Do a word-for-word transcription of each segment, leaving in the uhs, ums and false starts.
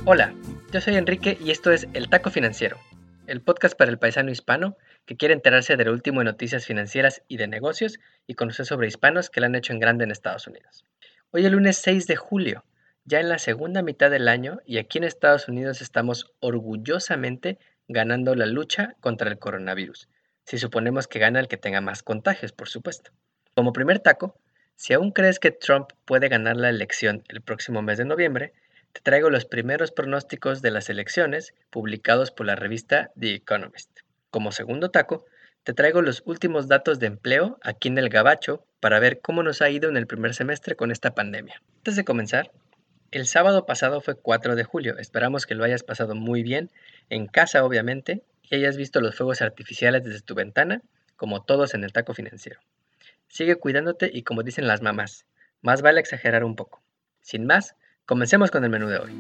Hola, yo soy Enrique y esto es El Taco Financiero, el podcast para el paisano hispano que quiere enterarse de lo último en noticias financieras y de negocios y conocer sobre hispanos que la han hecho en grande en Estados Unidos. Hoy es lunes seis de julio, ya en la segunda mitad del año, y aquí en Estados Unidos estamos orgullosamente ganando la lucha contra el coronavirus, si suponemos que gana el que tenga más contagios, por supuesto. Como primer taco, si aún crees que Trump puede ganar la elección el próximo mes de noviembre, te traigo los primeros pronósticos de las elecciones publicados por la revista The Economist. Como segundo taco, te traigo los últimos datos de empleo aquí en el Gabacho para ver cómo nos ha ido en el primer semestre con esta pandemia. Antes de comenzar, el sábado pasado fue cuatro de julio. Esperamos que lo hayas pasado muy bien, en casa obviamente, y hayas visto los fuegos artificiales desde tu ventana, como todos en el Taco Financiero. Sigue cuidándote y, como dicen las mamás, más vale exagerar un poco. Sin más, comencemos con el menú de hoy.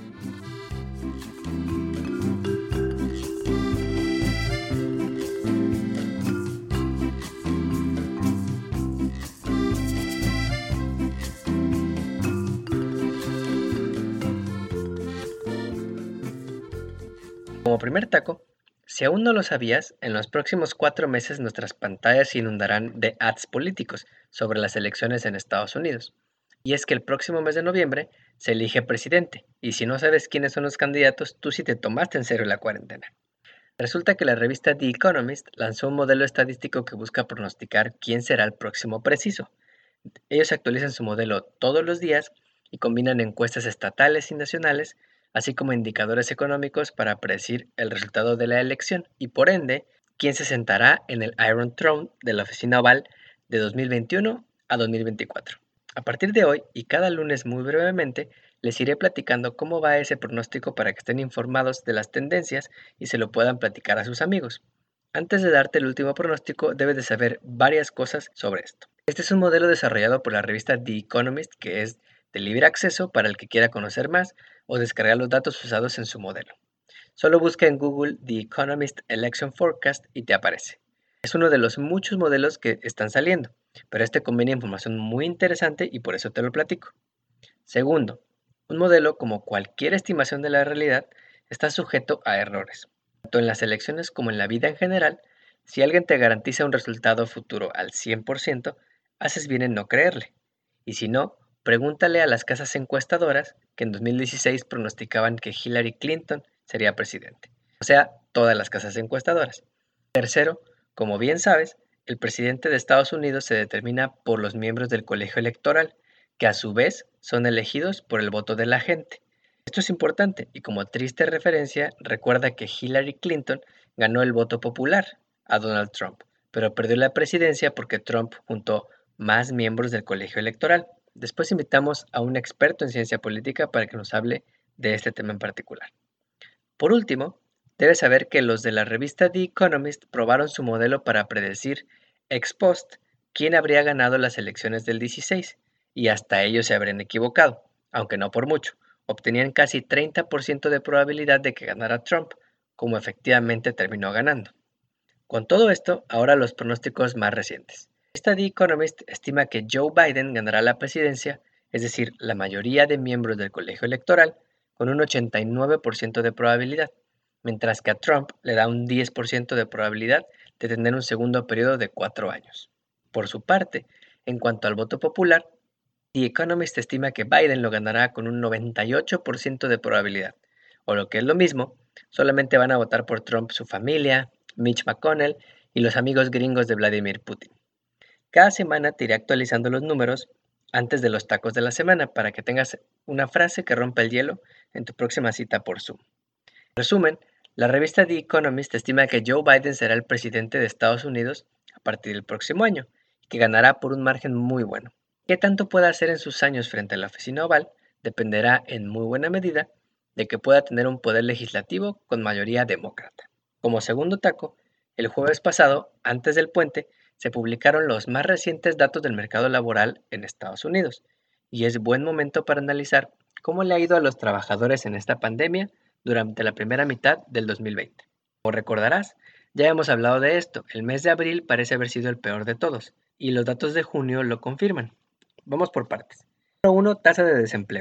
Como primer taco, si aún no lo sabías, en los próximos cuatro meses nuestras pantallas se inundarán de ads políticos sobre las elecciones en Estados Unidos. Y es que el próximo mes de noviembre se elige presidente, y si no sabes quiénes son los candidatos, tú sí te tomaste en serio la cuarentena. Resulta que la revista The Economist lanzó un modelo estadístico que busca pronosticar quién será el próximo preciso. Ellos actualizan su modelo todos los días y combinan encuestas estatales y nacionales, así como indicadores económicos para predecir el resultado de la elección y, por ende, quién se sentará en el Iron Throne de la Oficina Oval de dos mil veintiuno a dos mil veinticuatro. A partir de hoy, y cada lunes muy brevemente, les iré platicando cómo va ese pronóstico para que estén informados de las tendencias y se lo puedan platicar a sus amigos. Antes de darte el último pronóstico, debes de saber varias cosas sobre esto. Este es un modelo desarrollado por la revista The Economist, que es de libre acceso para el que quiera conocer más o descargar los datos usados en su modelo. Solo busca en Google The Economist Election Forecast y te aparece. Es uno de los muchos modelos que están saliendo, pero este combina información muy interesante y por eso te lo platico. Segundo, un modelo, como cualquier estimación de la realidad, está sujeto a errores. Tanto en las elecciones como en la vida en general, si alguien te garantiza un resultado futuro al cien por ciento, haces bien en no creerle. Y si no, pregúntale a las casas encuestadoras que en dos mil dieciséis pronosticaban que Hillary Clinton sería presidente. O sea, todas las casas encuestadoras. Tercero, como bien sabes, el presidente de Estados Unidos se determina por los miembros del colegio electoral, que a su vez son elegidos por el voto de la gente. Esto es importante y, como triste referencia, recuerda que Hillary Clinton ganó el voto popular a Donald Trump, pero perdió la presidencia porque Trump juntó más miembros del colegio electoral. Después invitamos a un experto en ciencia política para que nos hable de este tema en particular. Por último, debes saber que los de la revista The Economist probaron su modelo para predecir ex post quién habría ganado las elecciones del dieciséis, y hasta ellos se habrían equivocado, aunque no por mucho. Obtenían casi treinta por ciento de probabilidad de que ganara Trump, como efectivamente terminó ganando. Con todo esto, ahora los pronósticos más recientes. Esta The Economist estima que Joe Biden ganará la presidencia, es decir, la mayoría de miembros del colegio electoral, con un ochenta y nueve por ciento de probabilidad, mientras que a Trump le da un diez por ciento de probabilidad de tener un segundo periodo de cuatro años. Por su parte, en cuanto al voto popular, The Economist estima que Biden lo ganará con un noventa y ocho por ciento de probabilidad, o lo que es lo mismo, solamente van a votar por Trump su familia, Mitch McConnell y los amigos gringos de Vladimir Putin. Cada semana te iré actualizando los números antes de los tacos de la semana para que tengas una frase que rompa el hielo en tu próxima cita por Zoom. En resumen, la revista The Economist estima que Joe Biden será el presidente de Estados Unidos a partir del próximo año y que ganará por un margen muy bueno. ¿Qué tanto pueda hacer en sus años frente a la Oficina Oval? Dependerá en muy buena medida de que pueda tener un poder legislativo con mayoría demócrata. Como segundo taco, el jueves pasado, antes del puente, se publicaron los más recientes datos del mercado laboral en Estados Unidos, y es buen momento para analizar cómo le ha ido a los trabajadores en esta pandemia durante la primera mitad del dos mil veinte. Como recordarás, ya hemos hablado de esto. El mes de abril parece haber sido el peor de todos, y los datos de junio lo confirman. Vamos por partes. Número uno, tasa de desempleo.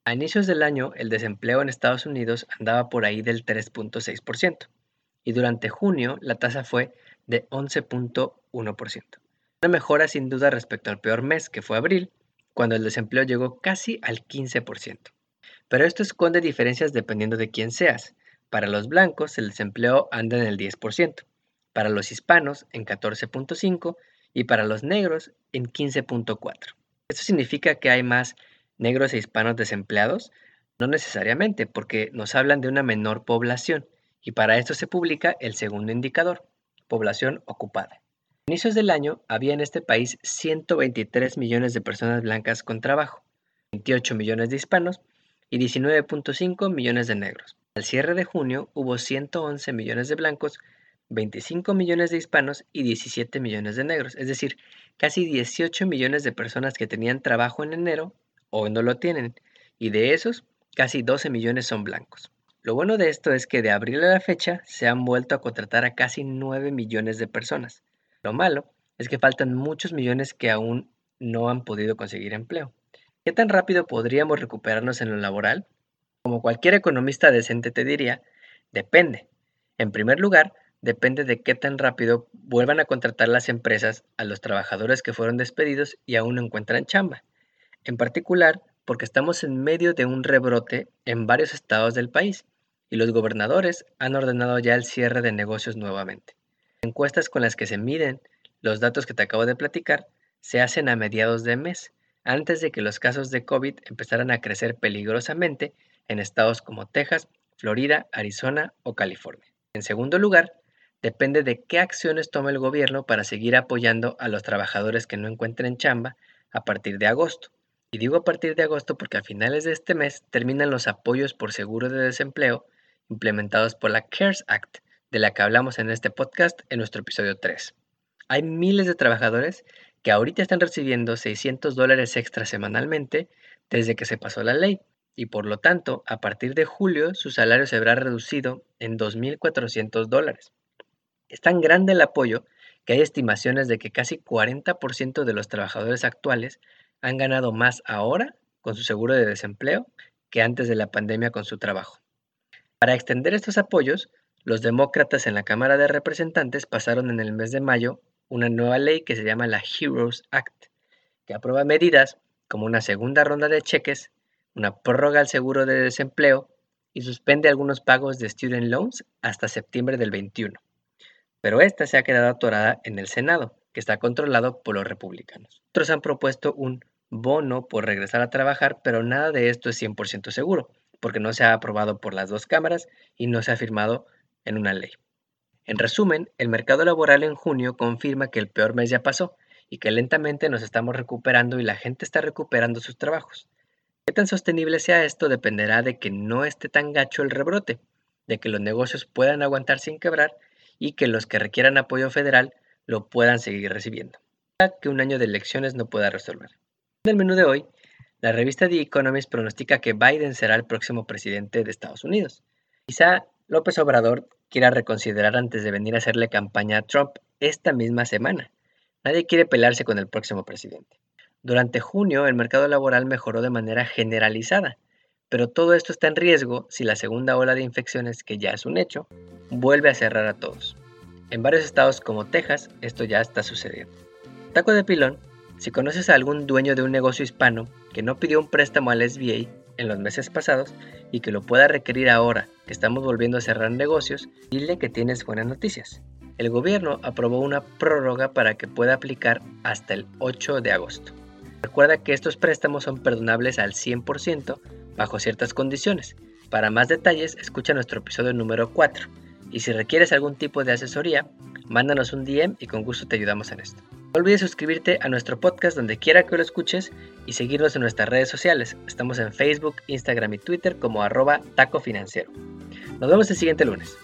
A inicios del año, el desempleo en Estados Unidos andaba por ahí del tres punto seis por ciento y durante junio la tasa fue de once punto uno por ciento. Una mejora sin duda respecto al peor mes, que fue abril, cuando el desempleo llegó casi al quince por ciento. Pero esto esconde diferencias dependiendo de quién seas. Para los blancos, el desempleo anda en el diez por ciento, para los hispanos en catorce punto cinco por ciento y para los negros en quince punto cuatro por ciento. ¿Esto significa que hay más negros e hispanos desempleados? No necesariamente, porque nos hablan de una menor población, y para esto se publica el segundo indicador, población ocupada. A inicios del año había en este país ciento veintitrés millones de personas blancas con trabajo, veintiocho millones de hispanos y diecinueve punto cinco millones de negros. Al cierre de junio hubo ciento once millones de blancos, veinticinco millones de hispanos y diecisiete millones de negros, es decir, casi dieciocho millones de personas que tenían trabajo en enero hoy no lo tienen, y de esos, casi doce millones son blancos. Lo bueno de esto es que de abril a la fecha se han vuelto a contratar a casi nueve millones de personas. Lo malo es que faltan muchos millones que aún no han podido conseguir empleo. ¿Qué tan rápido podríamos recuperarnos en lo laboral? Como cualquier economista decente te diría, depende. En primer lugar, depende de qué tan rápido vuelvan a contratar las empresas a los trabajadores que fueron despedidos y aún no encuentran chamba. En particular, porque estamos en medio de un rebrote en varios estados del país y los gobernadores han ordenado ya el cierre de negocios nuevamente. Encuestas con las que se miden los datos que te acabo de platicar se hacen a mediados de mes, antes de que los casos de COVID empezaran a crecer peligrosamente en estados como Texas, Florida, Arizona o California. En segundo lugar, depende de qué acciones toma el gobierno para seguir apoyando a los trabajadores que no encuentren chamba a partir de agosto. Y digo a partir de agosto porque a finales de este mes terminan los apoyos por seguro de desempleo implementados por la CARES Act, de la que hablamos en este podcast en nuestro episodio tres. Hay miles de trabajadores que ahorita están recibiendo seiscientos dólares extra semanalmente desde que se pasó la ley y por lo tanto a partir de julio su salario se verá reducido en dos mil cuatrocientos dólares. Es tan grande el apoyo que hay estimaciones de que casi cuarenta por ciento de los trabajadores actuales han ganado más ahora con su seguro de desempleo que antes de la pandemia con su trabajo. Para extender estos apoyos, los demócratas en la Cámara de Representantes pasaron en el mes de mayo una nueva ley que se llama la HEROES Act, que aprueba medidas como una segunda ronda de cheques, una prórroga al seguro de desempleo y suspende algunos pagos de student loans hasta septiembre del veintiuno. Pero esta se ha quedado atorada en el Senado, que está controlado por los republicanos. Otros han propuesto un bono por regresar a trabajar, pero nada de esto es cien por ciento seguro, porque no se ha aprobado por las dos cámaras y no se ha firmado en una ley. En resumen, el mercado laboral en junio confirma que el peor mes ya pasó y que lentamente nos estamos recuperando y la gente está recuperando sus trabajos. Qué tan sostenible sea esto dependerá de que no esté tan gacho el rebrote, de que los negocios puedan aguantar sin quebrar y que los que requieran apoyo federal lo puedan seguir recibiendo. Que un año de elecciones no pueda resolver. En el menú de hoy, la revista The Economist pronostica que Biden será el próximo presidente de Estados Unidos. Quizá López Obrador quiera reconsiderar antes de venir a hacerle campaña a Trump esta misma semana. Nadie quiere pelearse con el próximo presidente. Durante junio, el mercado laboral mejoró de manera generalizada, pero todo esto está en riesgo si la segunda ola de infecciones, que ya es un hecho, vuelve a cerrar a todos. En varios estados como Texas, esto ya está sucediendo. Taco de pilón, si conoces a algún dueño de un negocio hispano que no pidió un préstamo al S B A en los meses pasados y que lo pueda requerir ahora que estamos volviendo a cerrar negocios, dile que tienes buenas noticias. El gobierno aprobó una prórroga para que pueda aplicar hasta el ocho de agosto. Recuerda que estos préstamos son perdonables al cien por ciento bajo ciertas condiciones. Para más detalles, escucha nuestro episodio número cuatro. Y si requieres algún tipo de asesoría, mándanos un D M y con gusto te ayudamos en esto. No olvides suscribirte a nuestro podcast donde quiera que lo escuches y seguirnos en nuestras redes sociales. Estamos en Facebook, Instagram y Twitter como arroba taco financiero. Nos vemos el siguiente lunes.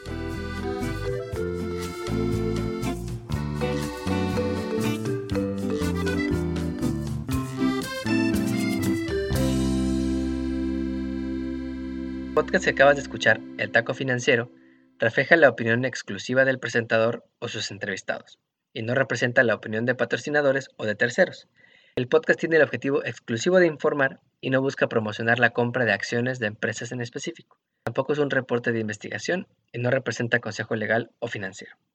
El podcast que acabas de escuchar, El Taco Financiero, refleja la opinión exclusiva del presentador o sus entrevistados, y no representa la opinión de patrocinadores o de terceros. El podcast tiene el objetivo exclusivo de informar y no busca promocionar la compra de acciones de empresas en específico. Tampoco es un reporte de investigación y no representa consejo legal o financiero.